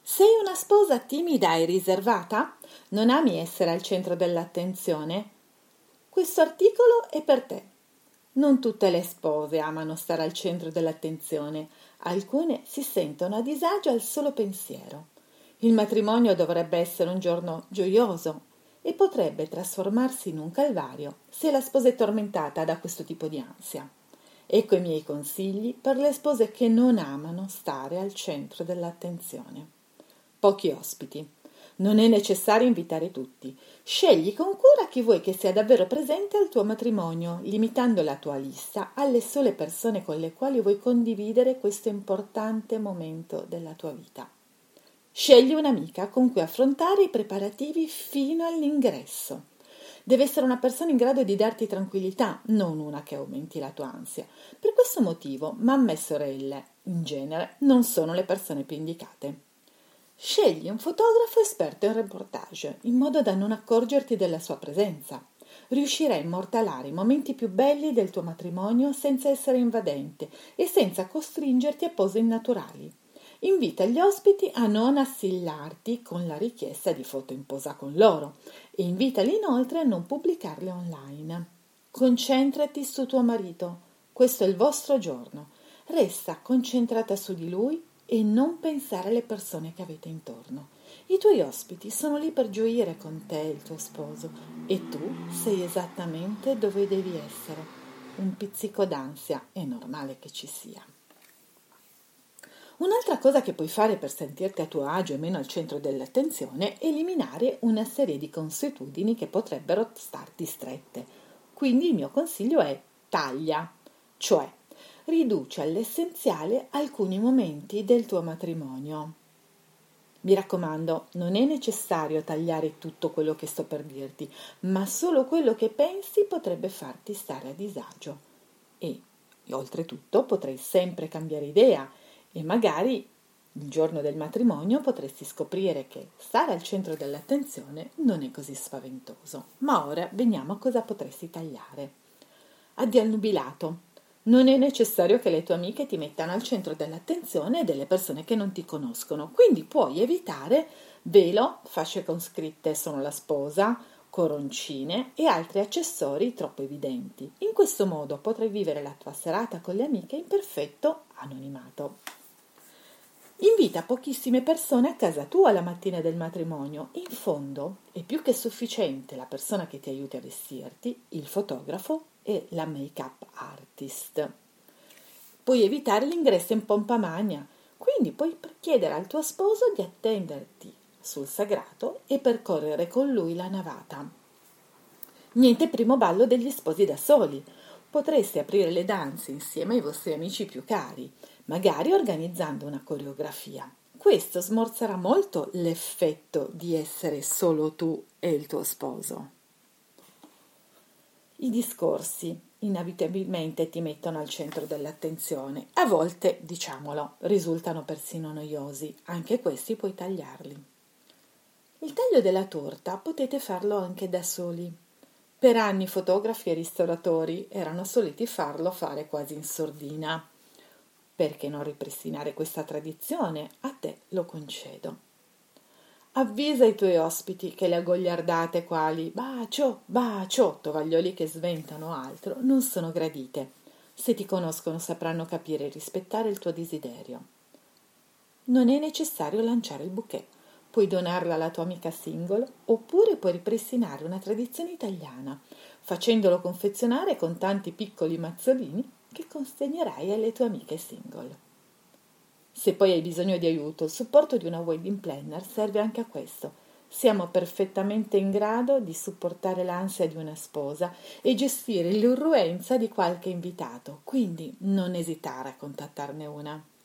Sei una sposa timida e riservata? Non ami essere al centro dell'attenzione? Questo articolo è per te. Non tutte le spose amano stare al centro dell'attenzione, alcune si sentono a disagio al solo pensiero. Il matrimonio dovrebbe essere un giorno gioioso e potrebbe trasformarsi in un calvario se la sposa è tormentata da questo tipo di ansia. Ecco i miei consigli per le spose che non amano stare al centro dell'attenzione. Pochi ospiti. Non è necessario invitare tutti. Scegli con cura chi vuoi che sia davvero presente al tuo matrimonio, limitando la tua lista alle sole persone con le quali vuoi condividere questo importante momento della tua vita. Scegli un'amica con cui affrontare i preparativi fino all'ingresso. Deve essere una persona in grado di darti tranquillità, non una che aumenti la tua ansia. Per questo motivo, mamme e sorelle, in genere, non sono le persone più indicate. Scegli un fotografo esperto in reportage, in modo da non accorgerti della sua presenza. Riuscirai a immortalare i momenti più belli del tuo matrimonio senza essere invadente e senza costringerti a pose innaturali. Invita gli ospiti a non assillarti con la richiesta di foto in posa con loro e invitali inoltre a non pubblicarle online. Concentrati su tuo marito. Questo è il vostro giorno. Resta concentrata su di lui e non pensare alle persone che avete intorno. I tuoi ospiti sono lì per gioire con te e il tuo sposo e tu sei esattamente dove devi essere. Un pizzico d'ansia è normale che ci sia. Un'altra cosa che puoi fare per sentirti a tuo agio e meno al centro dell'attenzione è eliminare una serie di consuetudini che potrebbero starti strette. Quindi il mio consiglio è taglia, cioè riduce all'essenziale alcuni momenti del tuo matrimonio. Mi raccomando, non è necessario tagliare tutto quello che sto per dirti, ma solo quello che pensi potrebbe farti stare a disagio. E oltretutto potrai sempre cambiare idea e magari il giorno del matrimonio potresti scoprire che stare al centro dell'attenzione non è così spaventoso. Ma ora veniamo a cosa potresti tagliare. Addio al nubilato. Non è necessario che le tue amiche ti mettano al centro dell'attenzione delle persone che non ti conoscono, quindi puoi evitare velo, fasce con scritte "sono la sposa", coroncine e altri accessori troppo evidenti. In questo modo potrai vivere la tua serata con le amiche in perfetto anonimato. Invita pochissime persone a casa tua la mattina del matrimonio. In fondo è più che sufficiente la persona che ti aiuti a vestirti, il fotografo e la make-up artist. Puoi evitare l'ingresso in pompa magna, quindi puoi chiedere al tuo sposo di attenderti sul sagrato e percorrere con lui la navata. Niente primo ballo degli sposi da soli. Potreste aprire le danze insieme ai vostri amici più cari, magari organizzando una coreografia. Questo smorzerà molto l'effetto di essere solo tu e il tuo sposo. I discorsi inevitabilmente ti mettono al centro dell'attenzione. A volte, diciamolo, risultano persino noiosi. Anche questi puoi tagliarli. Il taglio della torta potete farlo anche da soli. Per anni fotografi e ristoratori erano soliti farlo fare quasi in sordina. Perché non ripristinare questa tradizione? A te lo concedo. Avvisa i tuoi ospiti che le agogliardate quali bacio, bacio, tovaglioli che sventano o altro non sono gradite. Se ti conoscono sapranno capire e rispettare il tuo desiderio. Non è necessario lanciare il bouquet. Puoi donarlo alla tua amica single oppure puoi ripristinare una tradizione italiana, facendolo confezionare con tanti piccoli mazzolini che consegnerai alle tue amiche single. Se poi hai bisogno di aiuto, il supporto di una wedding planner serve anche a questo. Siamo perfettamente in grado di supportare l'ansia di una sposa e gestire l'irruenza di qualche invitato, quindi non esitare a contattarne una.